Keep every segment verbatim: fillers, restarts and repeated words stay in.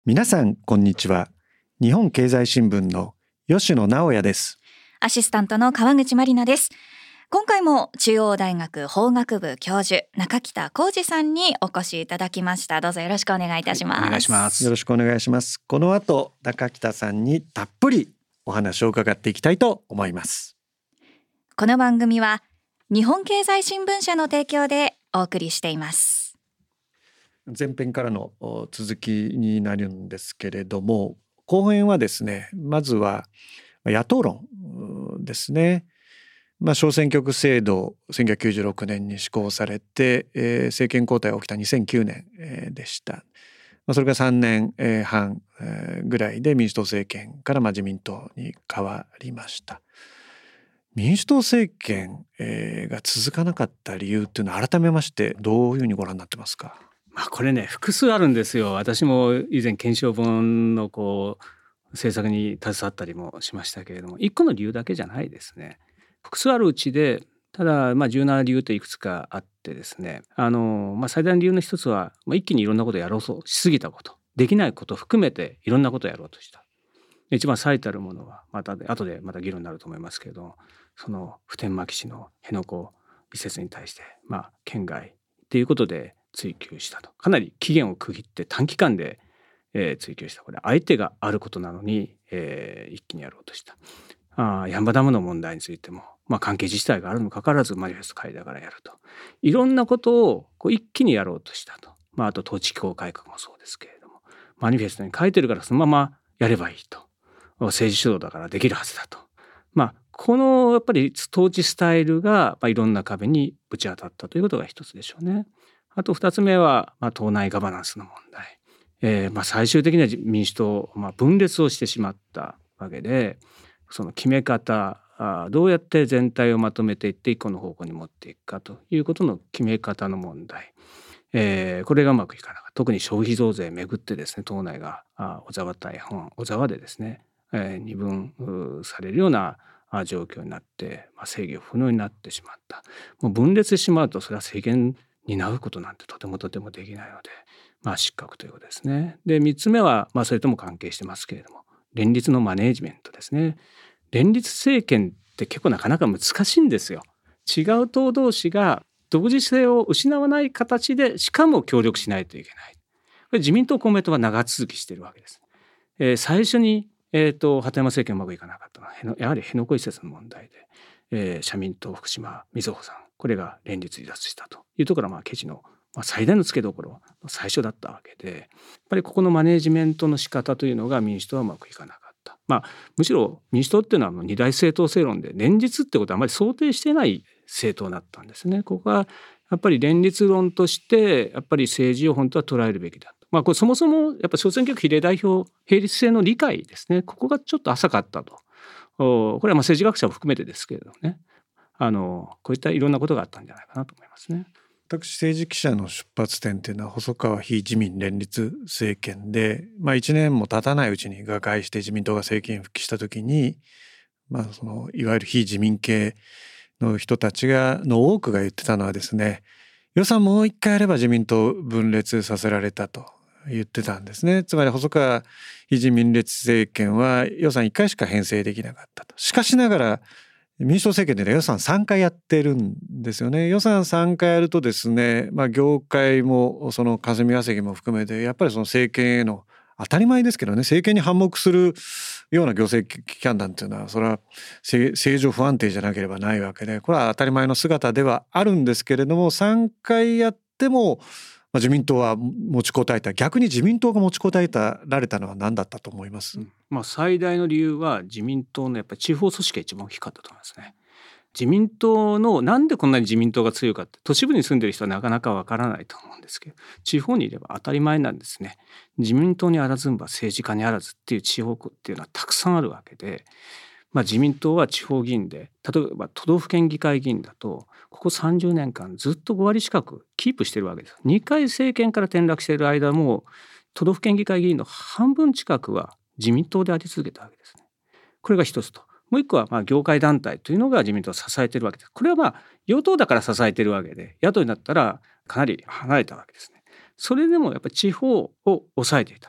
皆さんこんにちは。日本経済新聞の吉野直也です。 アシスタントの川口まりなです。今回も中央大学法学部教授中北浩二さんにお越しいただきました。どうぞよろしくお願いいたします。 はい、お願いします。 よろしくお願いします。この後中北さんにたっぷりお話を伺っていきたいと思います。 この番組は日本経済新聞社の提供でお送りしています。 前編からの続きになるんですけれども、後編はですね、まずは野党論ですね。まあ、小選挙区制度せんきゅうひゃくきゅうじゅうろくねんに施行されて、えー、政権交代が起きたにせんきゅうねん、えー、でした。まあ、それからさんねんはん、えー、ぐらいで民主党政権からまあ自民党に変わりました。民主党政権、えー、が続かなかった理由っていうのは改めましてどういうふうにご覧になってますか？ まあ、これね複数あるんですよ。私も以前検証本のこう制作に携わったりもしましたけれども、一個の理由だけじゃないですね。複数あるうちでただまあ重要な理由っていくつかあってですね、あの、まあ、最大の理由の一つは、まあ、一気にいろんなことをやろうとしすぎたこと、できないことを含めていろんなことをやろうとした。一番最たるものはまた後でまた議論になると思いますけれど、その普天間基地の辺野古移設に対してまあ県外っていうことで追及したと。かなり期限を区切って短期間で、えー、追及した。これ相手があることなのに、えー、一気にやろうとした。あヤンバダムの問題についても、まあ、関係自治体があるにもかかわらずマニフェスト書いたからやると、いろんなことをこう一気にやろうとしたと。まあ、あと統治機構改革もそうですけれども、マニフェストに書いてるからそのままやればいいと、政治主導だからできるはずだと、まあ、このやっぱり統治スタイルが、まあ、いろんな壁にぶち当たったということが一つでしょうね。あと二つ目は、まあ、党内ガバナンスの問題、えーまあ、最終的には民主党、まあ、分裂をしてしまったわけで、その決め方、あどうやって全体をまとめていって一個の方向に持っていくかということの決め方の問題、えー、これがうまくいかなかった。特に消費増税めぐってですね、党内があ小沢対本小沢でですね、えー、二分されるような状況になって、まあ、制御不能になってしまった。もう分裂してしまうとそれは政権担うことなんてとてもとてもできないので、まあ、失格ということですね。でみっつめは、まあ、それとも関係してますけれども、連立のマネージメントですね。連立政権って結構なかなか難しいんですよ。違う党同士が独自性を失わない形でしかも協力しないといけない。これ自民党公明党は長続きしているわけです。えー、最初に、えー、と鳩山政権うまくいかなかったのはやはり辺野古移設の問題で、えー、社民党福島みずほさん、これが連立離脱したというところがまあケチの、まあ、最大の付けどころは最初だったわけで、やっぱりここのマネージメントの仕方というのが民主党はうまくいかなかった。まあ、むしろ民主党っていうのは二大政党制論で連立ってことはあまり想定していない政党だったんですね。ここはやっぱり連立論としてやっぱり政治を本当は捉えるべきだと。まあ、これそもそもやっぱ小選挙区比例代表並立制の理解ですね。ここがちょっと浅かったと。これはまあ政治学者も含めてですけれどもね、あのこういったいろんなことがあったんじゃないかなと思いますね。 私政治記者の出発点というのは細川非自民連立政権で、まあ、いちねんも経たないうちに瓦解して自民党が政権復帰した時に、まあ、そのいわゆる非自民系の人たちがの多くが言ってたのはですね、予算もう一回やれば自民党分裂させられたと言ってたんですね。つまり細川非自民連立政権は予算いっかいしか編成できなかったと。しかしながら民主党政権で、ね、予算さんかいやってるんですよね。予算さんかいやるとですね、まあ、業界もその霞が関も含めてやっぱりその政権への当たり前ですけどね、政権に反目するような行政機関団っていうのはそれは政情不安定じゃなければないわけで、これは当たり前の姿ではあるんですけれども、さんかいやってもまあ、自民党は持ちこたえた。逆に自民党が持ちこたえたられたのは何だったと思います？ うんまあ、最大の理由は自民党のやっぱり地方組織が一番大きかったと思いますね。自民党のなんでこんなに自民党が強いかって、都市部に住んでる人はなかなかわからないと思うんですけど、地方にいれば当たり前なんですね。自民党にあらずんば政治家にあらずっていう地方区っていうのはたくさんあるわけで、まあ、自民党は地方議員で、例えば都道府県議会議員だとここさんじゅうねんかんずっとごわり近くキープしてるわけです。にかい政権から転落している間も都道府県議会議員の半分近くは自民党であり続けたわけですね。これが一つと、もう一個はまあ業界団体というのが自民党を支えているわけです。これはまあ与党だから支えているわけで、野党になったらかなり離れたわけですね。それでもやっぱり地方を抑えていたと。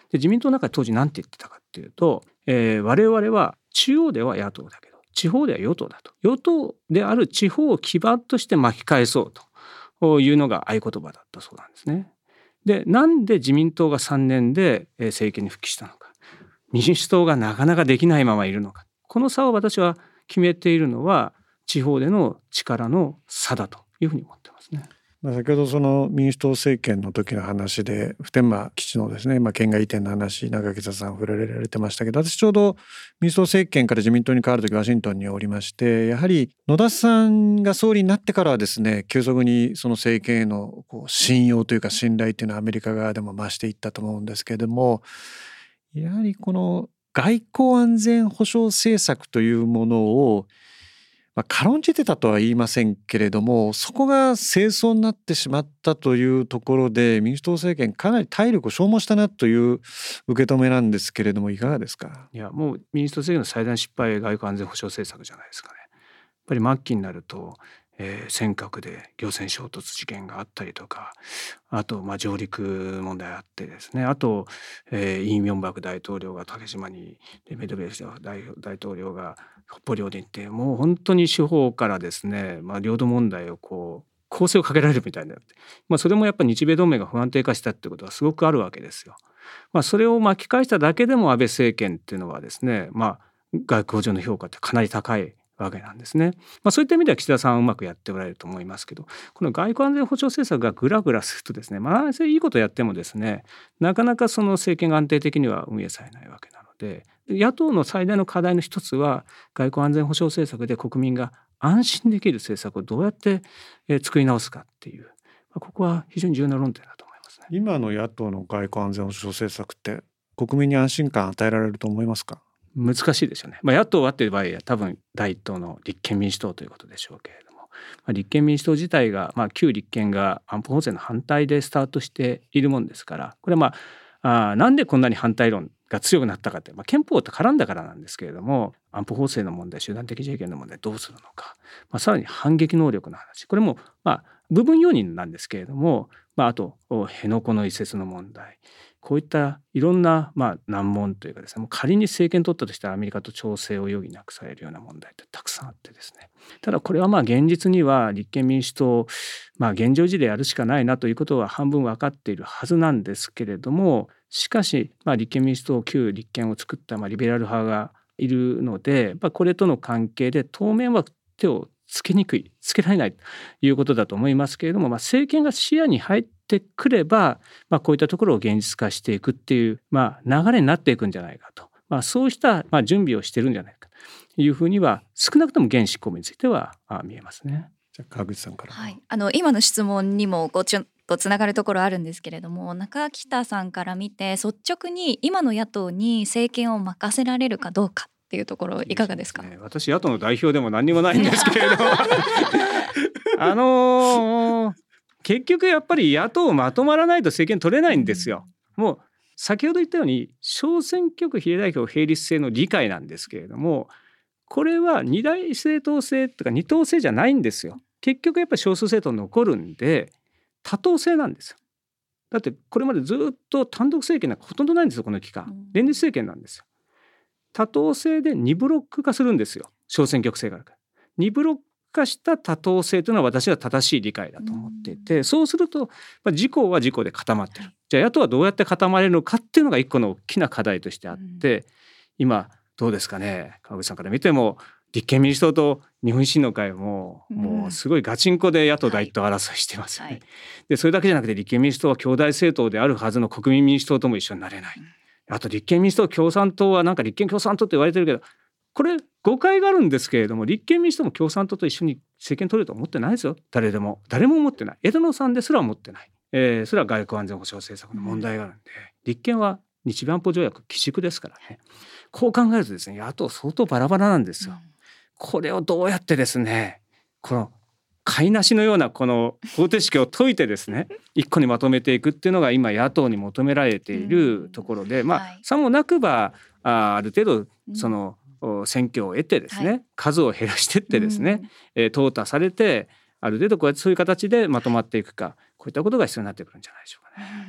で自民党の中で当時何て言ってたかっていうと、えー、我々は中央では野党だけど地方では与党だと、与党である地方を基盤として巻き返そうというのが合言葉だったそうなんですね。でなんで自民党がさんねんで政権に復帰したのか、民主党がなかなかできないままいるのか、この差を私は決めているのは地方での力の差だというふうに思ってますね。 先ほどその民主党政権の時の話で普天間基地のですね、まあ、県外移転の話中北さん触れられてましたけど、私ちょうど民主党政権から自民党に変わる時ワシントンにおりまして、やはり野田さんが総理になってからはですね、急速にその政権へのこう信用というか信頼というのはアメリカ側でも増していったと思うんですけれども、やはりこの外交安全保障政策というものをまあ、軽んじてたとは言いませんけれども、そこが政争になってしまったというところで民主党政権かなり体力を消耗したなという受け止めなんですけれども、いかがですか？ いやもう民主党政権の最大の失敗は外交安全保障政策じゃないですかね。やっぱり末期になると、えー、尖閣で漁船衝突事件があったりとか、あとまあ上陸問題あってですね、あと、えー、イ・ミョンバク大統領が竹島に、でメドベージェフ大、大統領が北方領土に行って、もう本当に司法からですね、まあ、領土問題をこう攻勢をかけられるみたいになって、まあ、それもやっぱり日米同盟が不安定化したってことはすごくあるわけですよ。まあ、それを巻き返しただけでも安倍政権っていうのはですね、まあ、外交上の評価ってかなり高いわけなんですね。まあ、そういった意味では岸田さんはうまくやっておられると思いますけど、この外交安全保障政策がグラグラするとですね、まあそれいいことやってもですね、なかなかその政権が安定的には運営されないわけなので、野党の最大の課題の一つは外交安全保障政策で国民が安心できる政策をどうやって作り直すかっていう、ここは非常に重要な論点だと思いますね。 今の野党の外交安全保障政策って国民に安心感与えられると思いますか？ 難しいですよね。まあ、野党はっていう場合は多分第一党の立憲民主党ということでしょうけれども、まあ、立憲民主党自体が、まあ、旧立憲が安保法制の反対でスタートしているもんですから、これはまああなんでこんなに反対論が強くなったかって、まあ、憲法と絡んだからなんですけれども、安保法制の問題、集団的自衛権の問題どうするのか、まあ、さらに反撃能力の話、これもまあ部分容認なんですけれども、まあ、あと辺野古の移設の問題、こういったいろんなまあ難問というかですね、もう仮に政権取ったとしたらアメリカと調整を余儀なくされるような問題ってたくさんあってですね、ただこれはまあ現実には立憲民主党、まあ現状維持でやるしかないなということは半分分かっているはずなんですけれども、しかしまあ立憲民主党、旧立憲を作ったまあリベラル派がいるので、まあ、これとの関係で当面は手をつけにくい、つけられないということだと思いますけれども、まあ、政権が視野に入ってくれば、まあ、こういったところを現実化していくっていう、まあ、流れになっていくんじゃないかと、まあ、そうしたまあ準備をしてるんじゃないかというふうには少なくとも現執行部については見えますね。 じゃあ川口さんから、 はい、あの今の質問にもこうちょっとつながるところあるんですけれども、中北さんから見て率直に今の野党に政権を任せられるかどうかっていうところいかがですか？ いいですね、私野党の代表でも何にもないんですけれどあのー、結局やっぱり野党まとまらないと政権取れないんですよ。もう先ほど言ったように小選挙区比例代表並立制の理解なんですけれども、これは二大政党制とか二党制じゃないんですよ。結局やっぱり少数政党残るんで多党制なんですよ。だってこれまでずっと単独政権なんかほとんどないんですよ。この期間連立政権なんですよ。多党制でにブロック化するんですよ。小選挙区制があるからにブロック化した多党制というのは私は正しい理解だと思っていて、そうすると自公は自公で固まってる。じゃあ野党はどうやって固まれるのかっていうのが一個の大きな課題としてあって、今どうですかね、川口さんから見ても立憲民主党と日本維新の会ももうすごいガチンコで野党第一党争いしてますよね、はいはい、でそれだけじゃなくて立憲民主党は兄弟政党であるはずの国民民主党とも一緒になれない、あと立憲民主党共産党はなんか立憲共産党って言われてるけど、これ誤解があるんですけれども、立憲民主党も共産党と一緒に政権取れると思ってないですよ。誰でも誰も思ってない。枝野さんですら思ってない、えー、それは外交安全保障政策の問題があるんで、立憲は日米安保条約基軸ですからね。こう考えるとですね、野党相当バラバラなんですよ。これをどうやってですね、この買いなしのようなこの方程式を解いてですね一個にまとめていくっていうのが今野党に求められているところで、まあさもなくば あ, ある程度その選挙を得てですね、はい、数を減らしていってですね、えー、淘汰されてある程度こうやってそういう形でまとまっていくか、こういったことが必要になってくるんじゃないでしょうかね。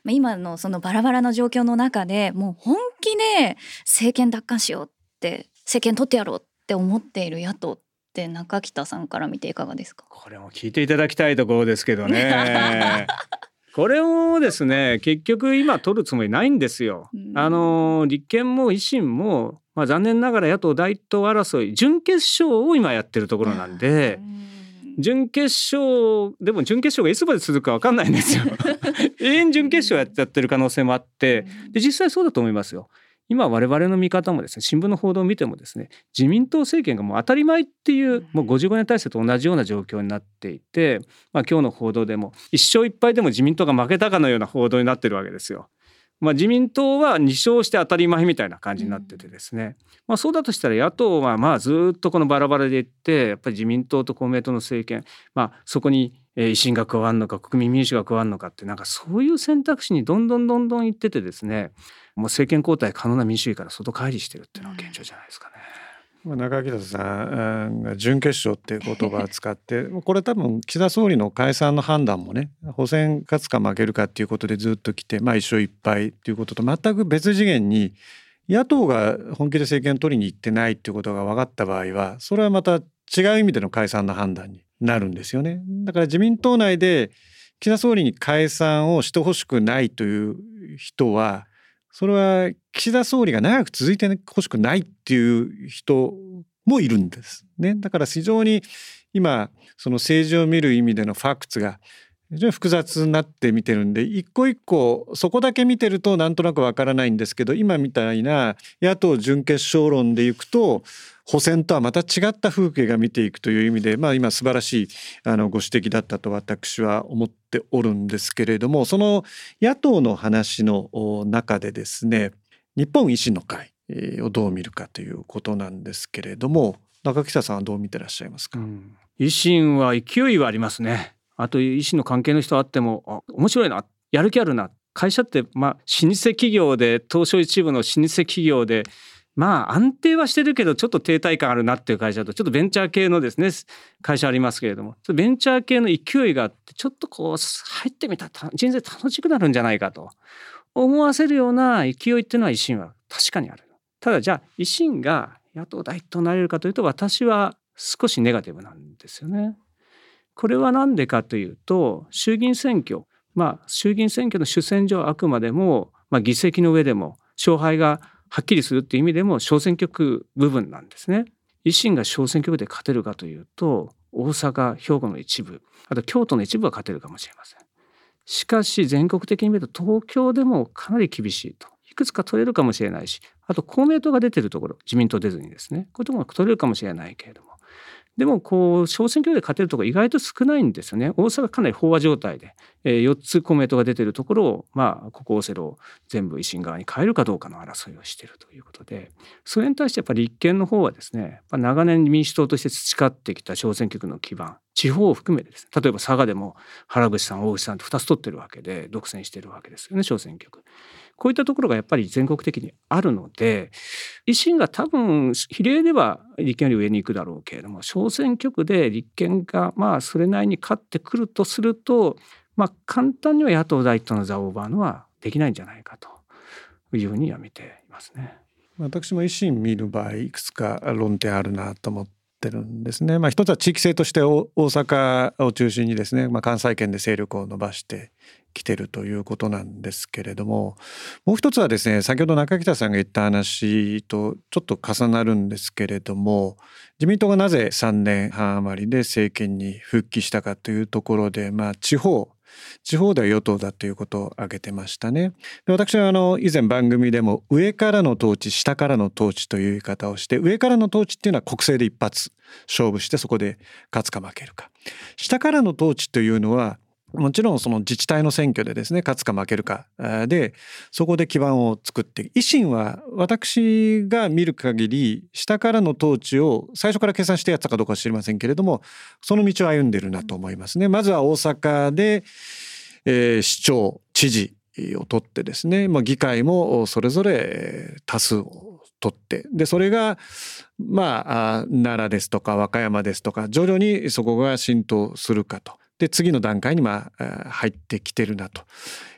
まあ今のそのバラバラな状況の中でもう本気で政権奪還しようって政権取ってやろうって思っている野党って中北さんから見ていかがですか？ これも聞いていただきたいところですけどねこれもですね結局今取るつもりないんですよ。あの立憲も維新も、まあ、残念ながら野党第一党争い準決勝を今やってるところなんで、準決勝でも準決勝がいつまで続くか分かんないんですよ永遠準決勝やっちゃってる可能性もあって、で実際そうだと思いますよ。今我々の見方もですね、新聞の報道を見てもですね、自民党政権がもう当たり前っていうもうごじゅうごねん体制と同じような状況になっていて、まあ、今日の報道でも一勝一敗でも自民党が負けたかのような報道になってるわけですよ。まあ、自民党はに勝して当たり前みたいな感じになっててですね、まあ、そうだとしたら野党はまあずっとこのバラバラでいってやっぱり自民党と公明党の政権、まあ、そこに維新が加わるのか国民民主が加わるのかってなんかそういう選択肢にどんどんどんどんいっててですね、もう政権交代可能な民主主義から外乖離してるっていうのが現状じゃないですかね。 まあ、中北さんが準決勝っていう言葉を使ってこれ多分岸田総理の解散の判断もね、補選勝つか負けるかっていうことでずっと来て、まあ、一勝一敗っていうことと全く別次元に野党が本気で政権を取りに行ってないっていうことが分かった場合はそれはまた違う意味での解散の判断になるんですよね。だから自民党内で岸田総理に解散をしてほしくないという人はそれは岸田総理が長く続いてほしくないっていう人もいるんですね。だから非常に今その政治を見る意味でのファクツが非常に複雑になって見てるんで、一個一個そこだけ見てるとなんとなくわからないんですけど、今みたいな野党準決勝論でいくと補選とはまた違った風景が見ていくという意味で、まあ、今素晴らしいあのご指摘だったと私は思っておるんですけれども、その野党の話の中でですね、日本維新の会をどう見るかということなんですけれども、中北さんはどう見てらっしゃいますか？うん、 維新は勢いはありますね。あと維新の関係の人あってもあ面白いな、やる気あるな。会社ってまあ老舗企業で東証一部の老舗企業でまあ安定はしてるけどちょっと停滞感あるなっていう会社とちょっとベンチャー系のですね会社ありますけれども、ベンチャー系の勢いがあってちょっとこう入ってみたら人生楽しくなるんじゃないかと思わせるような勢いっていうのは維新は確かにある。ただじゃあ維新が野党第一党になれるかというと私は少しネガティブなんですよね。これは何でかというと衆議院選挙、まあ衆議院選挙の主戦場はあくまでも、まあ、議席の上でも勝敗がはっきりするっていう意味でも小選挙区部分なんですね。維新が小選挙区で勝てるかというと大阪、兵庫の一部、あと京都の一部は勝てるかもしれません。しかし全国的に見ると東京でもかなり厳しいと、いくつか取れるかもしれないし、あと公明党が出てるところ、自民党出ずにですね、こういうところが取れるかもしれないけれども、でもこう小選挙区で勝てるところ意外と少ないんですよね。大阪かなり飽和状態で、えー、よっつ公明党が出ているところを、まあここオセロを全部維新側に変えるかどうかの争いをしているということで、それに対してやっぱり立憲の方はですね、やっぱ長年民主党として培ってきた小選挙区の基盤、地方を含めてですね、例えば佐賀でも原口さん大口さんとふたつ取ってるわけで独占しているわけですよね、小選挙区。こういったところがやっぱり全国的にあるので、維新が多分比例では立憲より上に行くだろうけれども、小選挙区で立憲がまあそれなりに勝ってくるとすると、まあ簡単には野党第一党の座を奪うのはできないんじゃないかというふうには見ていますね。 私も維新見る場合いくつか論点あるなと思ってるんですね。まあ、一つは地域性として大阪を中心にですね、まあ、関西圏で勢力を伸ばしてきてるということなんですけれども、もう一つはですね、先ほど中北さんが言った話とちょっと重なるんですけれども、自民党がなぜさんねんはん余りで政権に復帰したかというところで、まあ、地方地方では与党だということを挙げてましたね。で、私はあの以前番組でも上からの統治、下からの統治という言い方をして、上からの統治っていうのは国政で一発勝負してそこで勝つか負けるか、下からの統治というのはもちろんその自治体の選挙でですね、勝つか負けるかでそこで基盤を作って、維新は私が見る限り下からの統治を最初から計算してやったかどうかは知りませんけれども、その道を歩んでるなと思いますね。まずは大阪で、えー、市長知事を取ってですね、まあ、議会もそれぞれ多数を取って、でそれがまあ奈良ですとか和歌山ですとか徐々にそこが浸透するかと。で次の段階にまあ入ってきてるなと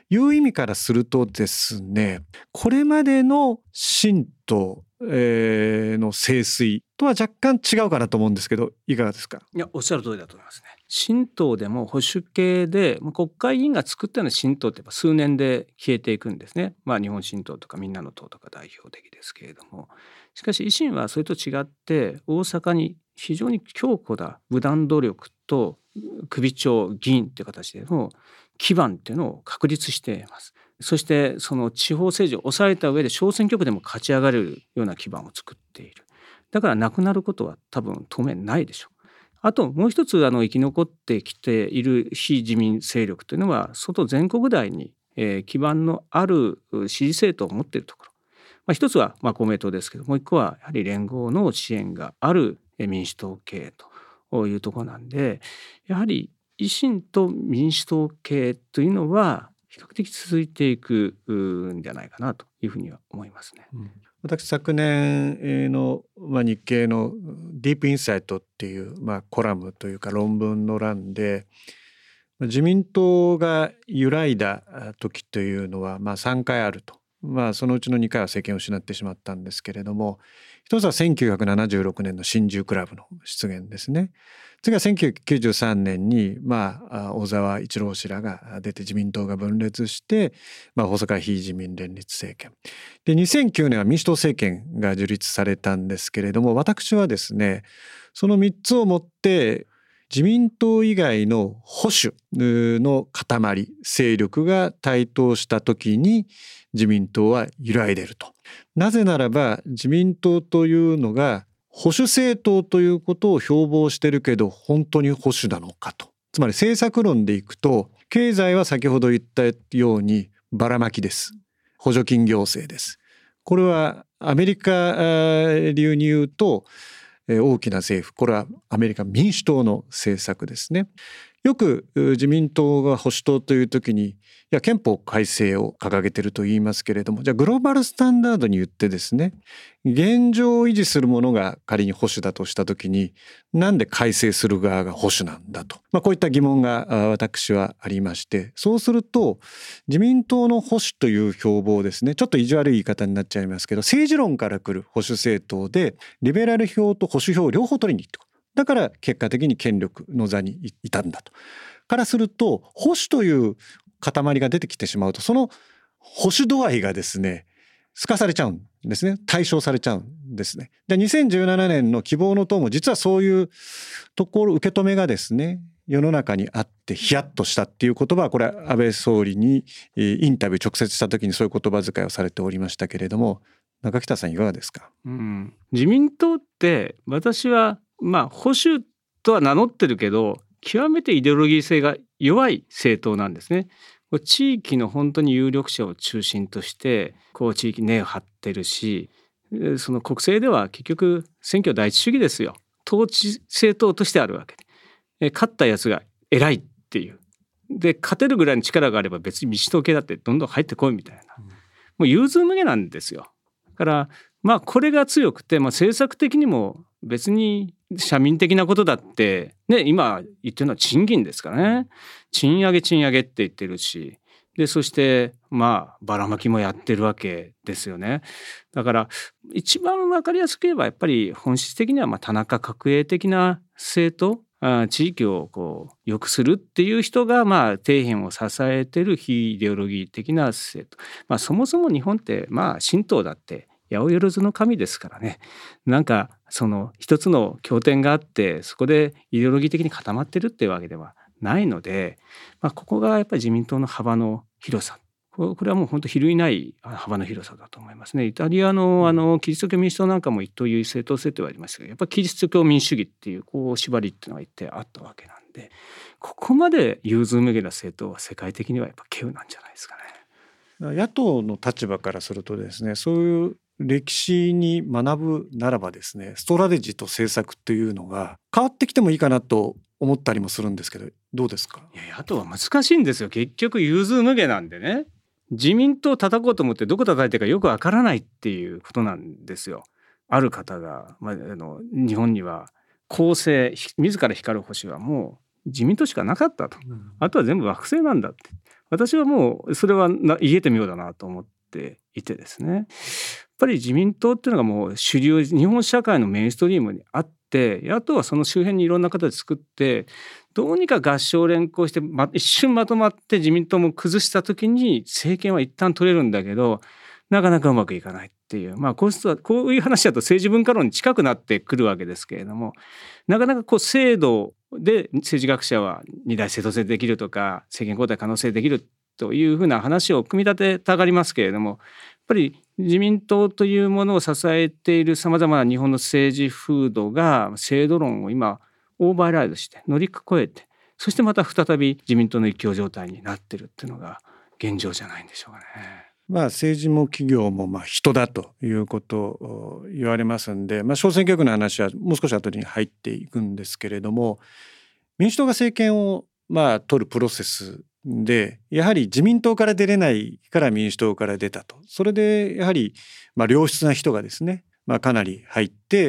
いう意味からするとですね、これまでの新党、えー、の盛衰とは若干違うかなと思うんですけど、いかがですか？ いや、おっしゃる通りだと思いますね。新党でも保守系で国会議員が作ったような新党ってやっぱ数年で消えていくんですね。まあ日本新党とかみんなの党とか代表的ですけれども、しかし維新はそれと違って大阪に非常に強固な武断努力と首長議員という形での基盤っていうのを確立しています。そしてその地方政治を抑えた上で小選挙区でも勝ち上がれるような基盤を作っている。だからなくなることは多分当面ないでしょう。あともう一つあの生き残ってきている非自民勢力というのは外全国大に、えー、基盤のある支持政党を持っているところ、まあ、一つはまあ公明党ですけど、もう一個はやはり連合の支援がある民主党系というところなんで、やはり維新と民主党系というのは比較的続いていくんじゃないかなというふうには思いますね。 うん、私昨年の、まあ、日経のディープインサイトっていう、まあ、コラムというか論文の欄で、自民党が揺らいだ時というのは、まあ、さんかいあると。まあ、そのうちのにかいは政権を失ってしまったんですけれども、一つはせんきゅうひゃくななじゅうろくねんの新宿クラブの出現ですね。次はせんきゅうひゃくきゅうじゅうさんねんに、まあ、小沢一郎氏らが出て自民党が分裂して、まあ、細川非自民連立政権で、にせんきゅうねんは民主党政権が樹立されたんですけれども、私はですね、そのみっつをもって自民党以外の保守の塊勢力が台頭した時に自民党は揺らいでいると。なぜならば自民党というのが保守政党ということを標榜してるけど本当に保守なのかと。つまり政策論でいくと、経済は先ほど言ったようにばらまきです。補助金行政です。これはアメリカ流に言うと大きな政府、これはアメリカ民主党の政策ですね。よく自民党が保守党という時に、いや憲法改正を掲げていると言いますけれども、じゃあグローバルスタンダードに言ってですね、現状を維持するものが仮に保守だとした時に、なんで改正する側が保守なんだと、まあ、こういった疑問が私はありまして、そうすると自民党の保守という標榜ですね、ちょっと意地悪い言い方になっちゃいますけど、政治論から来る保守政党でリベラル票と保守票を両方取りに行ってくる。だから結果的に権力の座にいたんだと。からすると保守という塊が出てきてしまうと、その保守度合いがですね透かされちゃうんですね。対象されちゃうんですね。でにせんじゅうななねんの希望の党も実はそういうところ受け止めがですね世の中にあってヒヤッとしたっていう言葉は、これは安倍総理にインタビュー直接した時にそういう言葉遣いをされておりましたけれども、中北さんいかがですか？ うん、自民党って私はまあ保守とは名乗ってるけど極めてイデオロギー性が弱い政党なんですね。地域の本当に有力者を中心としてこう地域根を張ってるし、その国政では結局選挙第一主義ですよ。統治政党としてあるわけで、勝ったやつが偉いっていうで、勝てるぐらいの力があれば別に民主党系だってどんどん入ってこいみたいな、もう融通無碍なんですよ。だからまあこれが強くて、まあ、政策的にも別に社民的なことだってね、今言ってるのは賃金ですからね。賃上げ賃上げって言ってるし、でそしてまあばらまきもやってるわけですよね。だから一番分かりやすく言えばやっぱり本質的にはまあ田中角栄的な政党、あ地域をこう良くするっていう人がまあ底辺を支えてる非イデオロギー的な政党、まあ、そもそも日本ってまあ神道だって八百万の神ですからね。なんかその一つの経典があってそこでイデオロギー的に固まってるっていうわけではないので、まあ、ここがやっぱり自民党の幅の広さ、これはもう本当比類ない幅の広さだと思いますね。イタリアのあのキリスト教民主党なんかも一党優位政党制とはありますが、やっぱりキリスト教民主主義っていうこう縛りっていうのが一定あったわけなんで、ここまで融通無碍な政党は世界的にはやっぱ稀有なんじゃないですかね。 野党の立場からするとですね、そういう歴史に学ぶならばですね、ストラテジーと政策っていうのが変わってきてもいいかなと思ったりもするんですけど、どうですか？ いや、野党は難しいんですよ。結局融通無碍なんでね、自民党を叩こうと思ってどこ叩いてるかよくわからないっていうことなんですよ。ある方が、まあ、あの日本には公正自ら光る星はもう自民党しかなかったと、うん、あとは全部惑星なんだって。 私はもうそれはな言えてみようだなと思っていてですね、やっぱり自民党っていうのがもう主流、日本社会のメインストリームにあって、野党はその周辺にいろんな形作ってどうにか合唱連行して、ま、一瞬まとまって自民党も崩した時に政権は一旦取れるんだけど、なかなかうまくいかないっていう、まあこういうこういう話だと政治文化論に近くなってくるわけですけれども、なかなかこう制度で政治学者は二大政党制できるとか政権交代可能性できるというふうな話を組み立てたがりますけれども、やっぱり自民党というものを支えているさまざまな日本の政治風土が制度論を今オーバーライドして乗り越えて、そしてまた再び自民党の一強状態になっているっていうのが現状じゃないんでしょうかね。 まあ、政治も企業もまあ人だということを言われますんで、まあ、小選挙区の話はもう少し後に入っていくんですけれども、民主党が政権をまあ取るプロセスでやはり自民党から出れないから民主党から出たと、それでやはりまあ良質な人がですね、まあ、かなり入って、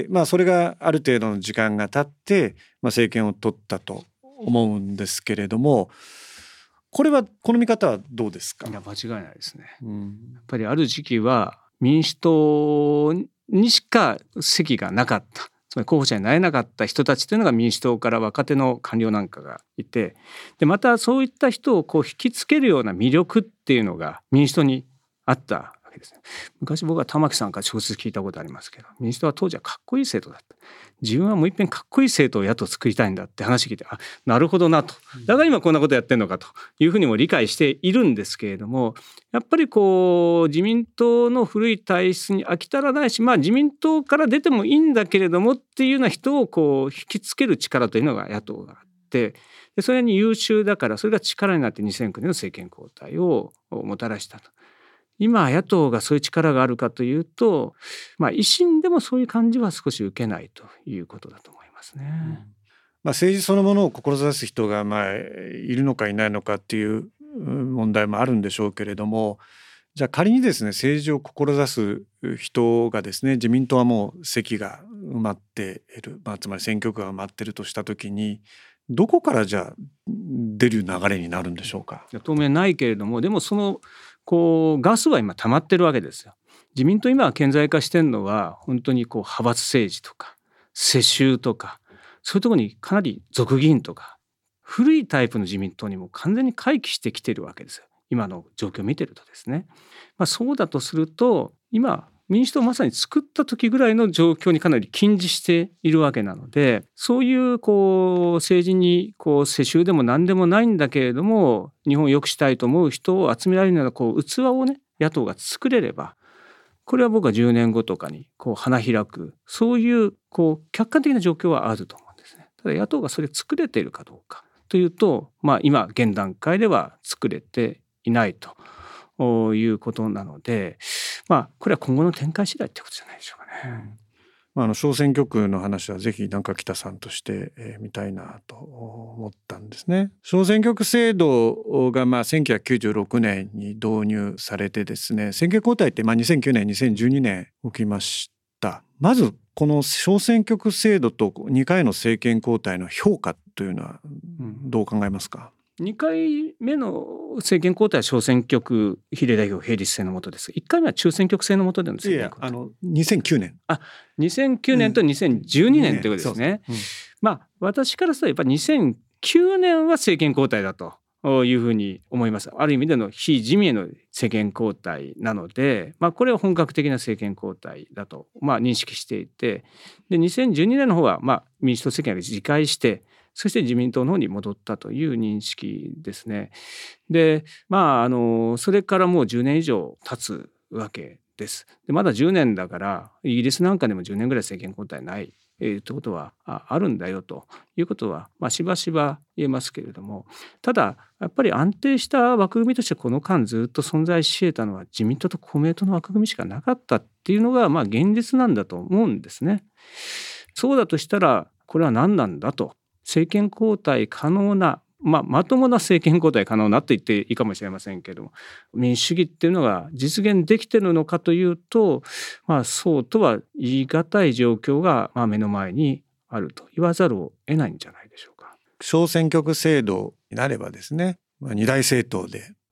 まあ、それがある程度の時間が経って、まあ、政権を取ったと思うんですけれども、これはこの見方はどうですか？ いや間違いないですね、 うん、 やっぱりある時期は民主党にしか席がなかった、つまり候補者になれなかった人たちというのが民主党から若手の官僚なんかがいて、でまたそういった人をこう引きつけるような魅力っていうのが民主党にあったわけですね。昔僕は玉木さんから直接聞いたことありますけど、民主党は当時はかっこいい政党だった。自分はもう一遍かっこいい政党を野党作りたいんだって話聞いて、あ、なるほどなと、だから今こんなことやってんのかというふうにも理解しているんですけれども、やっぱりこう自民党の古い体質に飽き足らないし、まあ自民党から出てもいいんだけれどもっていうような人をこう引きつける力というのが野党があって、でそれに優秀だからそれが力になってにせんきゅうねんの政権交代をもたらしたと。今野党がそういう力があるかというと、まあ、維新でもそういう感じは少し受けないということだと思いますね。うん、 まあ、政治そのものを志す人がまあいるのかいないのかっていう問題もあるんでしょうけれども、じゃあ仮にですね政治を志す人がですね、自民党はもう席が埋まっている、まあ、つまり選挙区が埋まっているとしたときに、どこからじゃあ出る流れになるんでしょうか？ 当面ないけれども、でもそのこうガスは今溜まってるわけですよ。自民党今顕在化してるのは本当にこう派閥政治とか世襲とか、そういうところにかなり族議員とか古いタイプの自民党にも完全に回帰してきてるわけですよ、今の状況を見てるとですね。まあ、そうだとすると今民主党をまさに作った時ぐらいの状況にかなり近似しているわけなので、そういうこう政治にこう世襲でも何でもないんだけれども日本を良くしたいと思う人を集められるようなこう器をね野党が作れれば、これは僕はじゅうねんごとかにこう花開く、そういうこう客観的な状況はあると思うんですね。ただ野党がそれ作れているかどうかというと、まあ、今現段階では作れていないということなので、まあ、これは今後の展開次第ってことじゃないでしょうかね。うん、 まあ、あの小選挙区の話はぜひ中北さんとして、えー、見たいなと思ったんですね。小選挙区制度がまあせんきゅうひゃくきゅうじゅうろくねんに導入されてですね、選挙交代ってまあにせんきゅうねんにせんじゅうにねん起きました。まずこの小選挙区制度とにかいの政権交代の評価というのはどう考えますか？ にかいめの政権交代は小選挙区比例代表並立制の下です。いっかいめは中選挙区制の下での政権交代。 いやいや、あのにせんきゅうねん。 あ、にせんきゅうねんとにせんじゅうにねんということですね。 うん、 まあ私からするとやっぱりにせんきゅうねんは政権交代だというふうに思います。ある意味での非自民への政権交代なので、まあ、これは本格的な政権交代だとまあ認識していて、でにせんじゅうにねんの方はまあ民主党政権が自戒して、そして自民党の方に戻ったという認識ですね。で、まあ、あのそれからもうじゅうねん以上経つわけです。でまだじゅうねんだから、イギリスなんかでもじゅうねんぐらい政権交代ない、えー、ということはあるんだよということは、まあ、しばしば言えますけれども、ただやっぱり安定した枠組みとしてこの間ずっと存在し得たのは自民党と公明党の枠組みしかなかったっていうのがまあ現実なんだと思うんですね。そうだとしたらこれは何なんだと。政権交代可能な、まあ、まともな政権交代可能なと言っていいかもしれませんけれども、民主主義っていうのが実現できているのかというと、まあ、そうとは言い難い状況がまあ目の前にあると言わざるを得ないんじゃないでしょうか。 小選挙区制度になればですね、に大政党で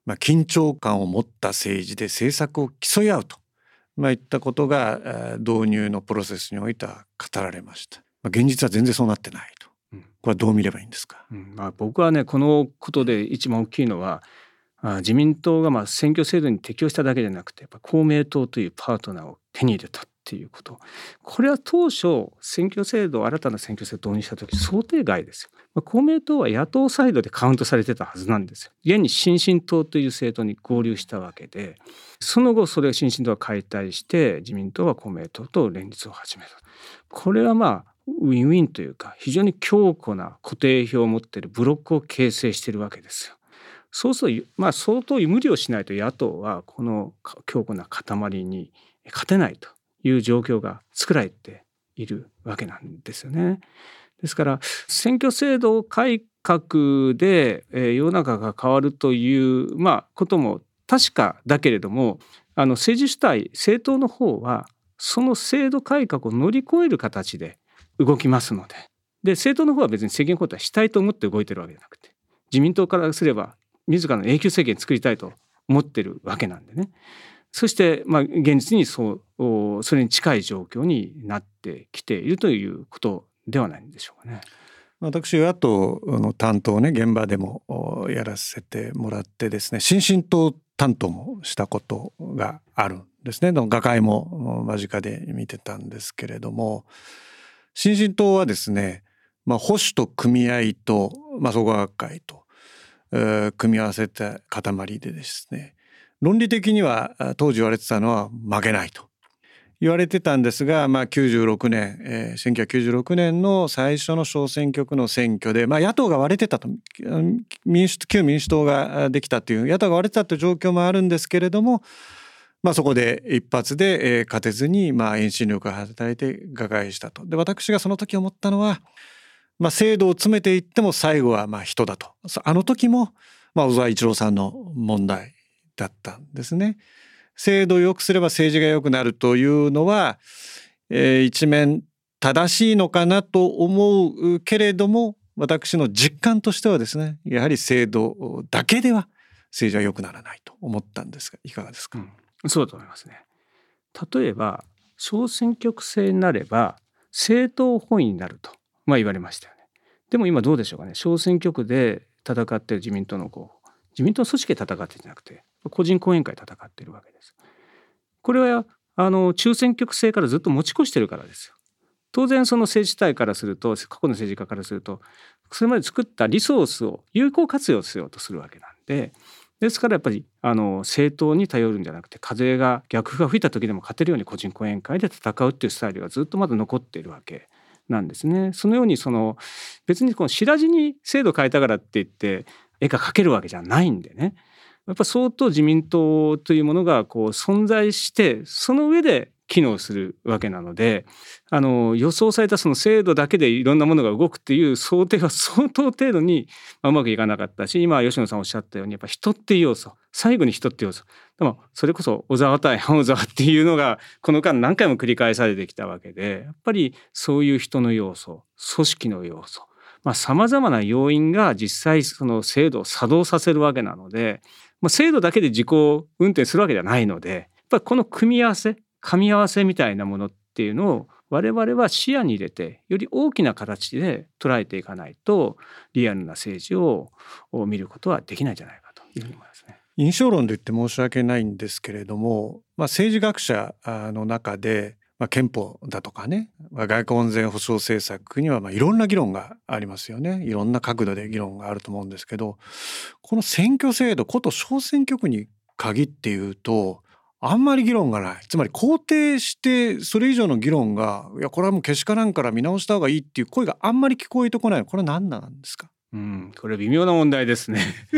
まあ、緊張感を持った政治で政策を競い合うと、まあ、いったことが導入のプロセスにおいては語られました。まあ、現実は全然そうなってないと。これはどう見ればいいんですか？ うんまあ、僕はねこのことで一番大きいのはあ自民党がまあ選挙制度に適用しただけじゃなくてやっぱ公明党というパートナーを手に入れたっていうこと。これは当初選挙制度新たな選挙制度を導入した時想定外ですよ。まあ、公明党は野党サイドでカウントされてたはずなんですよ。現に新進党という政党に合流したわけで、その後それを新進党は解体して自民党は公明党と連立を始めた。これはまあウィンウィンというか非常に強固な固定票を持っているブロックを形成しているわけですよ。そうすると、まあ、相当無理をしないと野党はこの強固な塊に勝てないという状況が作られているわけなんですよね。ですから選挙制度改革で、えー、世の中が変わるという、まあ、ことも確かだけれども、あの政治主体政党の方はその制度改革を乗り越える形で動きますので、で政党の方は別に政権交代したいと思って動いてるわけじゃなくて、自民党からすれば自らの永久政権を作りたいと思ってるわけなんでね。そしてまあ現実にそうそれに近い状況になってきているということではないんでしょうかね。 私与野党の担当をね現場でもやらせてもらってですね、新進党担当もしたことがあるんですね。画会も間近で見てたんですけれども、新進党はですね、まあ、保守と組合と、まあ、創価学会と、えー、組み合わせた塊でですね、論理的には当時言われてたのは負けないと言われてたんですが、まあ、きゅうじゅうろくねん、えー、せんきゅうひゃくきゅうじゅうろくねんの最初の小選挙区の選挙で、まあ、野党が割れてたと、民主旧民主党ができたという野党が割れてたという状況もあるんですけれども、まあ、そこで一発で、えー、勝てずに、まあ、遠心力が働いて瓦解したと。で私がその時思ったのは、まあ、制度を詰めていっても最後はまあ人だと。あの時も、まあ、小沢一郎さんの問題だったんですね。制度を良くすれば政治が良くなるというのは、えー、一面正しいのかなと思うけれども、私の実感としてはですね、やはり制度だけでは政治は良くならないと思ったんですが、いかがですか？ うん、そうだと思いますね。例えば小選挙区制になれば政党本位になると、まあ、言われましたよね。でも今どうでしょうかね。小選挙区で戦っている自民党の候補、自民党の組織で戦ってるんじゃなくて個人後援会で戦っているわけです。これはあの中選挙区制からずっと持ち越してるからですよ。当然その政治主体からすると、過去の政治家からするとそれまで作ったリソースを有効活用しようとするわけなんで、ですからやっぱりあの政党に頼るんじゃなくて、風が逆風が吹いた時でも勝てるように個人後援会で戦うっていうスタイルがずっとまだ残っているわけなんですね。そのようにその別にこの白地に制度変えたからって言って絵が描けるわけじゃないんでね、やっぱ相当自民党というものがこう存在して、その上で機能するわけなので、あの予想されたその制度だけでいろんなものが動くっていう想定は相当程度にうまくいかなかったし、今吉野さんおっしゃったようにやっぱ人っていう要素、最後に人っていう要素、でもそれこそ小沢対半小沢っていうのがこの間何回も繰り返されてきたわけで、やっぱりそういう人の要素、組織の要素、さまざまな要因が実際その制度を作動させるわけなので、まあ、制度だけで自己運転するわけじゃないので、やっぱりこの組み合わせ噛み合わせみたいなものっていうのを我々は視野に入れて、より大きな形で捉えていかないとリアルな政治を見ることはできないんじゃないかというふうに思いますね。 印象論で言って申し訳ないんですけれども、まあ、政治学者の中で、まあ、憲法だとかね、まあ、外交安全保障政策にはまあいろんな議論がありますよね。いろんな角度で議論があると思うんですけど、この選挙制度こと小選挙区に限って言うとあんまり議論がない。つまり肯定してそれ以上の議論が、いやこれはもうけしからんから見直した方がいいっていう声があんまり聞こえてこない。これは何なんですか？ うん、これ微妙な問題ですね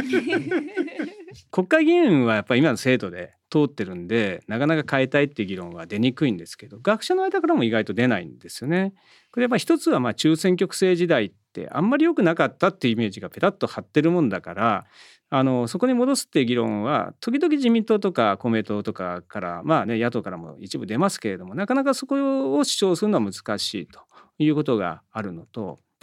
国会議員はやっぱり今の制度で通ってるんで、なかなか変えたいっていう議論は出にくいんですけど、学者の間からも意外と出ないんですよね。これやっぱり一つはまあ中選挙区制時代ってあんまり良くなかったっていうイメージがペタッと張ってるもんだから、あのそこに戻すっていう議論は時々自民党とか公明党とかからまあね野党からも一部出ますけれども、なかなかそこを主張するのは難しいということがあるのと、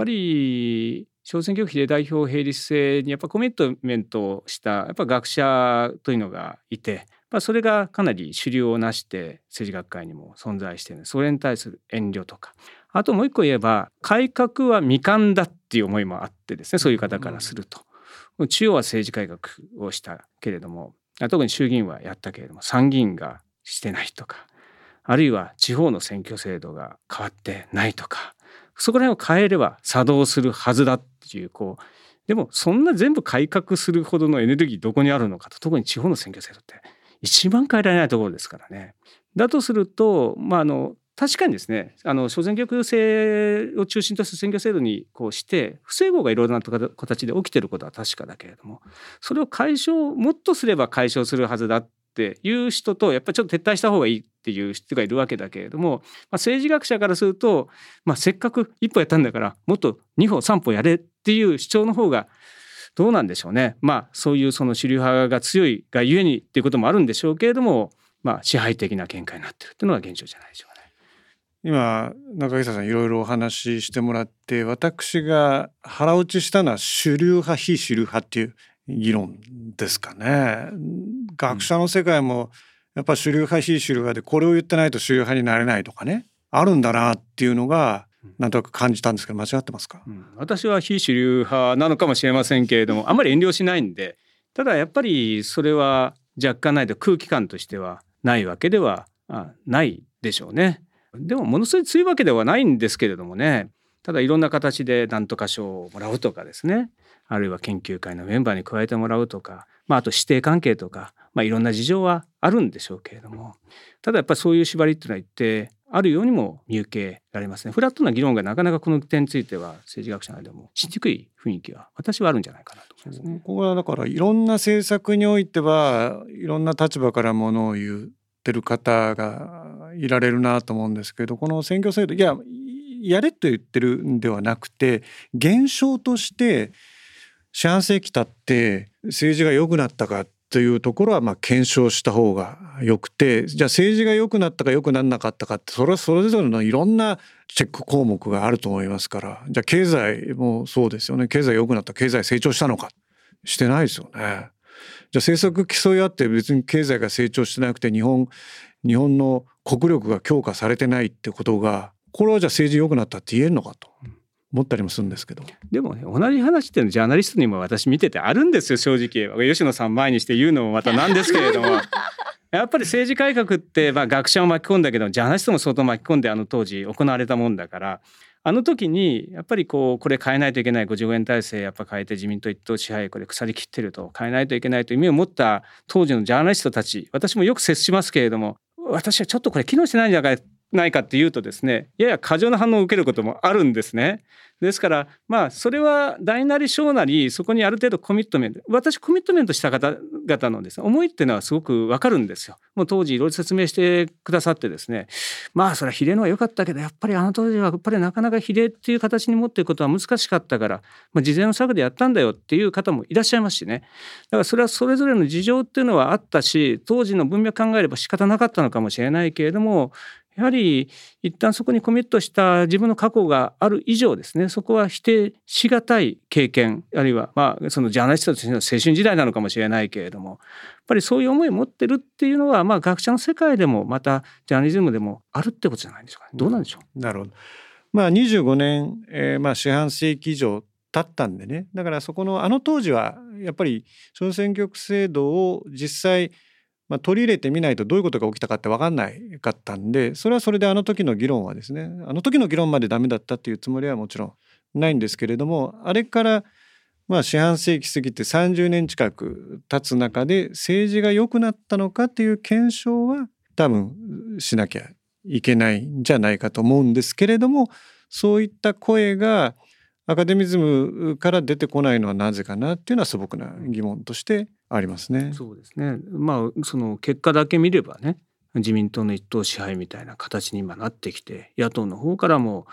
ぱり小選挙区比例代表並立制にやっぱコミットメントをしたやっぱ学者というのがいて、まあ、それがかなり主流をなして政治学会にも存在している、それに対する遠慮とか、あともう一個言えば改革は未完だっていう思いもあってですね、そういう方からすると、うん、中央は政治改革をしたけれども、特に衆議院はやったけれども参議院がしてないとか、あるいは地方の選挙制度が変わってないとか、そこら辺を変えれば作動するはずだっていう、こうでもそんな全部改革するほどのエネルギーどこにあるのかと、特に地方の選挙制度って一番変えられないところですからね。だとすると、まあ、あの確かにですね、あの小選挙区制を中心とした選挙制度にこうして不整合がいろいろな形で起きていることは確かだけれども、それを解消もっとすれば解消するはずだっていう人と、やっぱりちょっと撤退した方がいいっていう人がいるわけだけれども、まあ、政治学者からすると、まあ、せっかく一歩やったんだからもっと二歩三歩やれっていう主張の方がどうなんでしょうね。まあそういうその主流派が強いがゆえにっていうこともあるんでしょうけれども、まあ支配的な見解になっているっていうのが現状じゃないでしょうかね。 今中北さんいろいろお話ししてもらって、私が腹落ちしたのは主流派非主流派っていう議論ですかね。学者の世界もやっぱ主流派非主流派で、これを言ってないと主流派になれないとかね、あるんだなっていうのがなんとなく感じたんですけど、間違ってますか？ うん、私は非主流派なのかもしれませんけれども、あまり遠慮しないんで、ただやっぱりそれは若干ないと空気感としてはないわけではないでしょうね。でもものすごい強いわけではないんですけれどもね、ただいろんな形で何とか賞をもらうとかですね、あるいは研究会のメンバーに加えてもらうとか、まあ、あと師弟関係とか、まあ、いろんな事情はあるんでしょうけれども、ただやっぱりそういう縛りっていうのは一定あるようにも見受けられますね。フラットな議論がなかなかこの点については政治学者の間でもしにくい雰囲気は私はあるんじゃないかなと思いますね。 ここはだからいろんな政策においてはいろんな立場からものを言ってる方がいられるなと思うんですけど、この選挙制度、いややれと言ってるんではなくて、現象として四半世紀経って政治が良くなったかというところはまあ検証した方がよくて、じゃあ政治が良くなったか良くならなかったかって、それはそれぞれのいろんなチェック項目があると思いますから、じゃあ経済もそうですよね。経済良くなった、経済成長したのか、してないですよね。じゃあ政策競い合って別に経済が成長してなくて、日本日本の国力が強化されてないってことが、これはじゃあ政治良くなったって言えるのかと思ったりもするんですけど。 でもね、同じ話っていうのジャーナリストにも私見ててあるんですよ、正直。吉野さん前にして言うのもまたなんですけれどもやっぱり政治改革ってまあ学者を巻き込んだけど、ジャーナリストも相当巻き込んであの当時行われたもんだから、あの時にやっぱりこうこれ変えないといけない、ごじゅうごえん体制やっぱ変えて自民党一党支配これ腐りきってると、変えないといけないという意味を持った当時のジャーナリストたち、私もよく接しますけれども、私はちょっとこれ機能してないんじゃないかっていうとですね、やや過剰な反応を受けることもあるんですね。ですからまあそれは大なり小なり、そこにある程度コミットメント、私コミットメントした方々のですね思いっていうのはすごくわかるんですよ。もう当時いろいろ説明してくださってですね、まあそれは比例のは良かったけど、やっぱりあの当時はやっぱりなかなか比例っていう形に持っていくことは難しかったから、まあ、事前の策でやったんだよっていう方もいらっしゃいますしね。だからそれはそれぞれの事情っていうのはあったし、当時の文脈考えれば仕方なかったのかもしれないけれども、やはり一旦そこにコミットした自分の過去がある以上ですね、そこは否定しがたい経験、あるいはまあそのジャーナリストとしての青春時代なのかもしれないけれども、やっぱりそういう思いを持ってるっていうのは、まあ学者の世界でもまたジャーナリズムでもあるってことじゃないんですかね。どうなんでしょう。 なるほど。まあにじゅうごねん、えー、まあ四半世紀以上経ったんでね、だからそこのあの当時はやっぱり小選挙区制度を実際まあ、取り入れてみないとどういうことが起きたかって分かんないかったんで、それはそれであの時の議論はですね、あの時の議論までダメだったっていうつもりはもちろんないんですけれども、あれからまあ四半世紀過ぎてさんじゅうねん近く経つ中で政治が良くなったのかっていう検証は多分しなきゃいけないんじゃないかと思うんですけれども、そういった声がアカデミズムから出てこないのはなぜかなっていうのは素朴な疑問としてありますね。 そうですね。まあその結果だけ見ればね、自民党の一党支配みたいな形に今なってきて、野党の方からも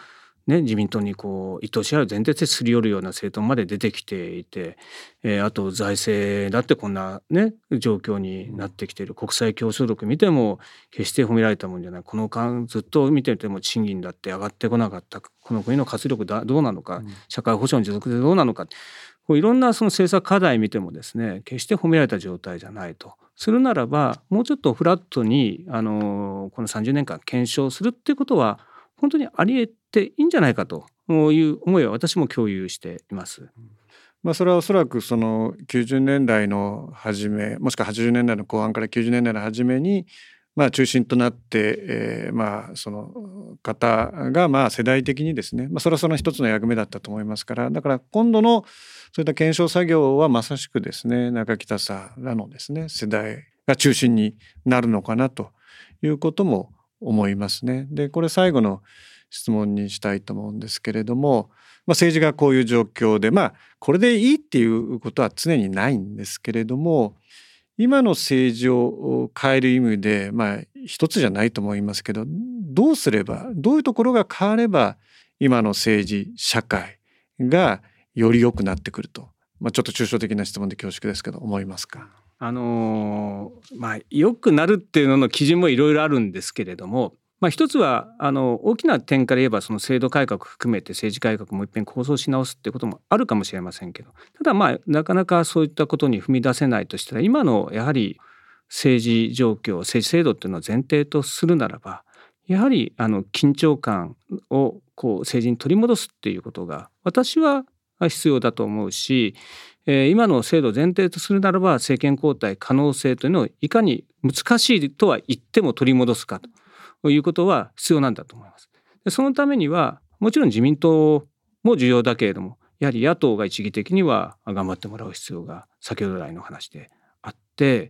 ね、自民党にこう意図し合う前提ですり寄るような政党まで出てきていて、えー、あと財政だってこんな、ね、状況になってきている。国際競争力見ても決して褒められたもんじゃない。この間ずっと見てても賃金だって上がってこなかった。この国の活力だどうなのか、社会保障の持続でどうなのか、こういろんなその政策課題見てもですね、決して褒められた状態じゃないと。するならばもうちょっとフラットにあのこのさんじゅうねんかん検証するっていうことは本当にあり得ていいんじゃないかという思いは私も共有しています。 まあ、それはおそらくそのきゅうじゅうねんだいの初めもしくははちじゅうねんだいの後半からきゅうじゅうねんだいの初めにまあ中心となって、えー、まあその方がまあ世代的にですね、まあ、それはその一つの役目だったと思いますから、だから今度のそういった検証作業はまさしくですね中北さんらのですね世代が中心になるのかなということも思いますね。でこれ最後の質問にしたいと思うんですけれども、まあ、政治がこういう状況でまあこれでいいっていうことは常にないんですけれども、今の政治を変える意味でまあ一つじゃないと思いますけど、どうすればどういうところが変われば今の政治社会がより良くなってくると、まあ、ちょっと抽象的な質問で恐縮ですけど思いますか。 あのー、まあ良くなるっていうのの基準もいろいろあるんですけれども、まあ、一つはあの大きな点から言えばその制度改革含めて政治改革もう一遍構想し直すっていうこともあるかもしれませんけど、ただまあなかなかそういったことに踏み出せないとしたら、今のやはり政治状況政治制度っていうのを前提とするならば、やはりあの緊張感をこう政治に取り戻すっていうことが私は必要だと思うし、えー、今の制度を前提とするならば政権交代可能性というのをいかに難しいとは言っても取り戻すかということは必要なんだと思います。でそのためにはもちろん自民党も重要だけれども、やはり野党が一義的には頑張ってもらう必要が先ほど来の話であって、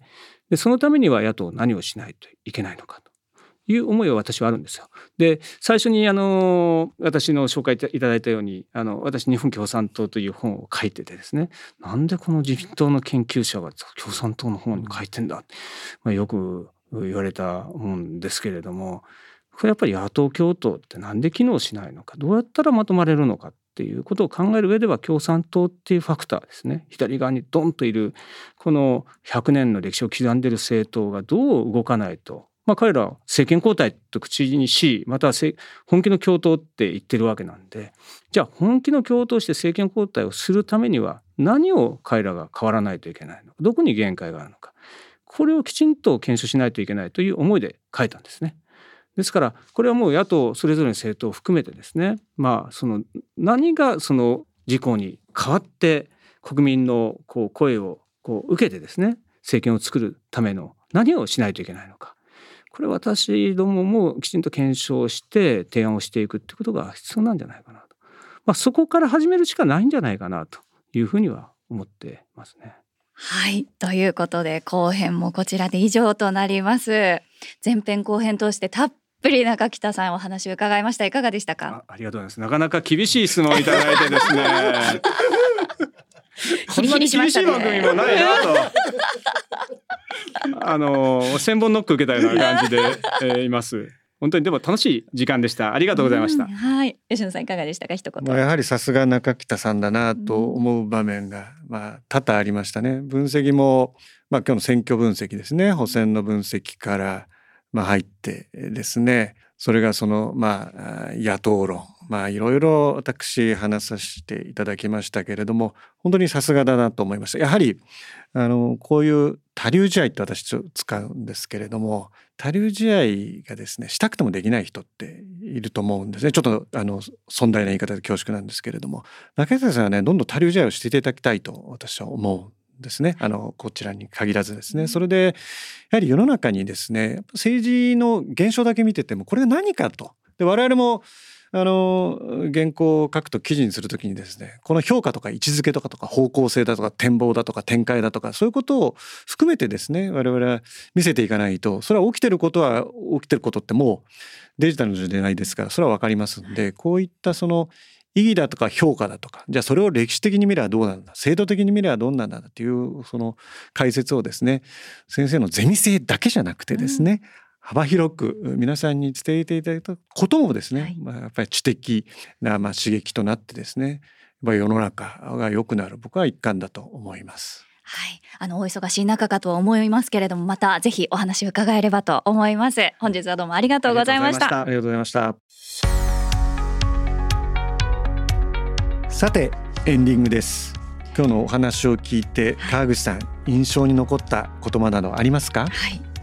でそのためには野党何をしないといけないのかという思いは私はあるんですよ。で最初にあの私の紹介いただいたように、あの私日本共産党という本を書いててですね、なんでこの自民党の研究者が共産党の本に書いてんだ、まあ、よく言われたもんですけれども、これやっぱり野党共闘ってなんで機能しないのか、どうやったらまとまれるのかっていうことを考える上では、共産党っていうファクターですね、左側にドンといるこのひゃくねんの歴史を刻んでいる政党がどう動かないと、まあ、彼らは政権交代と口にし、または本気の共闘って言ってるわけなんで、じゃあ本気の共闘して政権交代をするためには何を彼らが変わらないといけないのか、どこに限界があるのか、これをきちんと検証しないといけないという思いで書いたんですね。ですからこれはもう野党それぞれの政党を含めてですね、まあその何がその事項に変わって国民のこう声をこう受けてですね、政権を作るための何をしないといけないのか、これ私どももきちんと検証して提案をしていくってことが必要なんじゃないかなと、まあ、そこから始めるしかないんじゃないかなというふうには思ってますね。 はい、ということで後編もこちらで以上となります。前編後編通してたっぷり中北さんお話を伺いました。いかがでしたか。 あ, ありがとうございます。なかなか厳しい質問をいただいてですねこんなに厳しい番組もないなとあの千本ノック受けたような感じで、えー、います。本当にでも楽しい時間でした。ありがとうございました。 はい、吉野さんいかがでしたか。一言。 まあ、やはりさすが中北さんだなと思う場面が、まあ、多々ありましたね。分析も、まあ、今日の選挙分析ですね、補選の分析から、まあ、入ってですね、それがその、まあ、野党論、まあ、いろいろ私話させていただきましたけれども、本当にさすがだなと思いました。やはりあのこういう多流試合って私使うんですけれども、多流試合がですねしたくてもできない人っていると思うんですね。ちょっとあの尊大な言い方で恐縮なんですけれども、中北さんはねどんどん多流試合をしていただきたいと私は思うんですね。あのこちらに限らずですね。それでやはり世の中にですね政治の現象だけ見ててもこれが何かと、で我々もあの原稿を書くと記事にするときにですね、この評価とか位置づけとかとか方向性だとか展望だとか展開だとかそういうことを含めてですね我々は見せていかないと、それは起きてることは起きてることってもうデジタルの時代ですからそれは分かりますんで、こういったその意義だとか評価だとか、じゃあそれを歴史的に見ればどうなんだ、制度的に見ればどうなんだっていうその解説をですね先生のゼミ生だけじゃなくてですね、 幅広く皆さんに伝えていただいたこともですね、はい、まあ、やっぱり知的なまあ刺激となってですね、やっぱり世の中が良くなる、僕は一環だと思います。 はい、あのお忙しい中かとは思いますけれども、またぜひお話を伺えればと思います。本日はどうもありがとうございました。 ありがとうございました。さてエンディングです。今日のお話を聞いて、はい、川口さん、印象に残った言葉などありますか？ はい、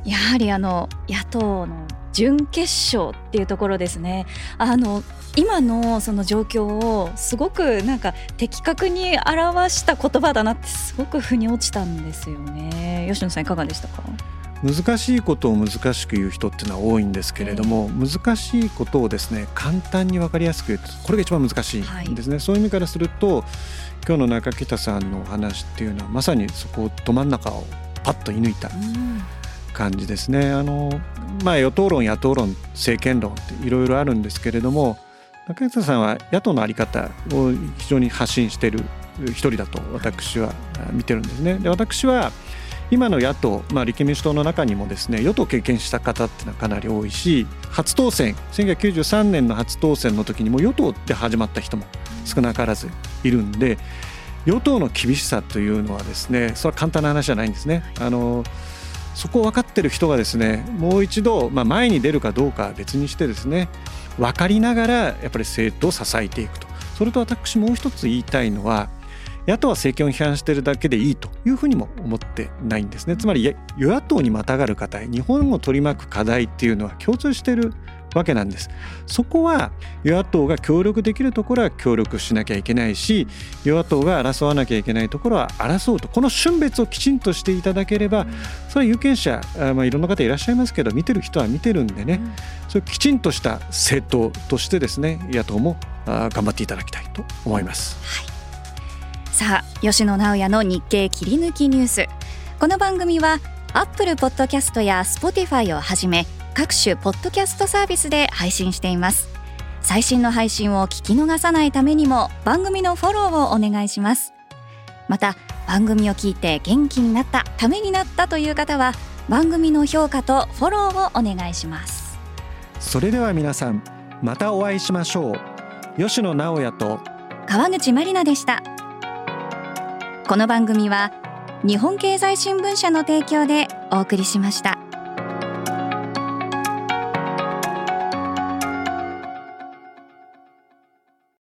やはりあの野党の準決勝っていうところですね。あの今のその状況をすごくなんか的確に表した言葉だなって、すごく腑に落ちたんですよね。吉野さんいかがでしたか？ 難しいことを難しく言う人っていうのは多いんですけれども、えー、難しいことをですね簡単に分かりやすく言う、これが一番難しいんですね、はい、そういう意味からすると今日の中北さんのお話っていうのはまさにそこをど真ん中をパッと射抜いた感じですね。あの、まあ、与党論野党論政権論っていろいろあるんですけれども、中北さんは野党の在り方を非常に発信している一人だと私は見てるんですね。で、私は今の野党、まあ、立憲民主党の中にもですね与党を経験した方っていうのはかなり多いし、初当選せんきゅうひゃくきゅうじゅうさんねんの初当選の時にも与党で始まった人も少なからずいるんで、与党の厳しさというのはですね、それは簡単な話じゃないんですね。あのそこを分かってる人がですねもう一度、まあ、前に出るかどうかは別にしてですね、分かりながらやっぱり政党を支えていくと。それと私もう一つ言いたいのは、野党は政権を批判しているだけでいいというふうにも思ってないんですね。つまり与野党にまたがる課題、日本を取り巻く課題っていうのは共通しているわけなんです。そこは与野党が協力できるところは協力しなきゃいけないし、与野党が争わなきゃいけないところは争うと、この峻別をきちんとしていただければ、それは有権者、まあ、いろんな方いらっしゃいますけど、見てる人は見てるんでね、それきちんとした政党としてですね野党も頑張っていただきたいと思います。 はい、さあ、吉野直也の日経切り抜きニュース。この番組は Apple Podcast や Spotify をはじめ各種ポッドキャストサービスで配信しています。最新の配信を聞き逃さないためにも番組のフォローをお願いします。また番組を聞いて元気になった、ためになったという方は番組の評価とフォローをお願いします。 それでは皆さん、またお会いしましょう。吉野直也と川口まりなでした。この番組は日本経済新聞社の提供でお送りしました。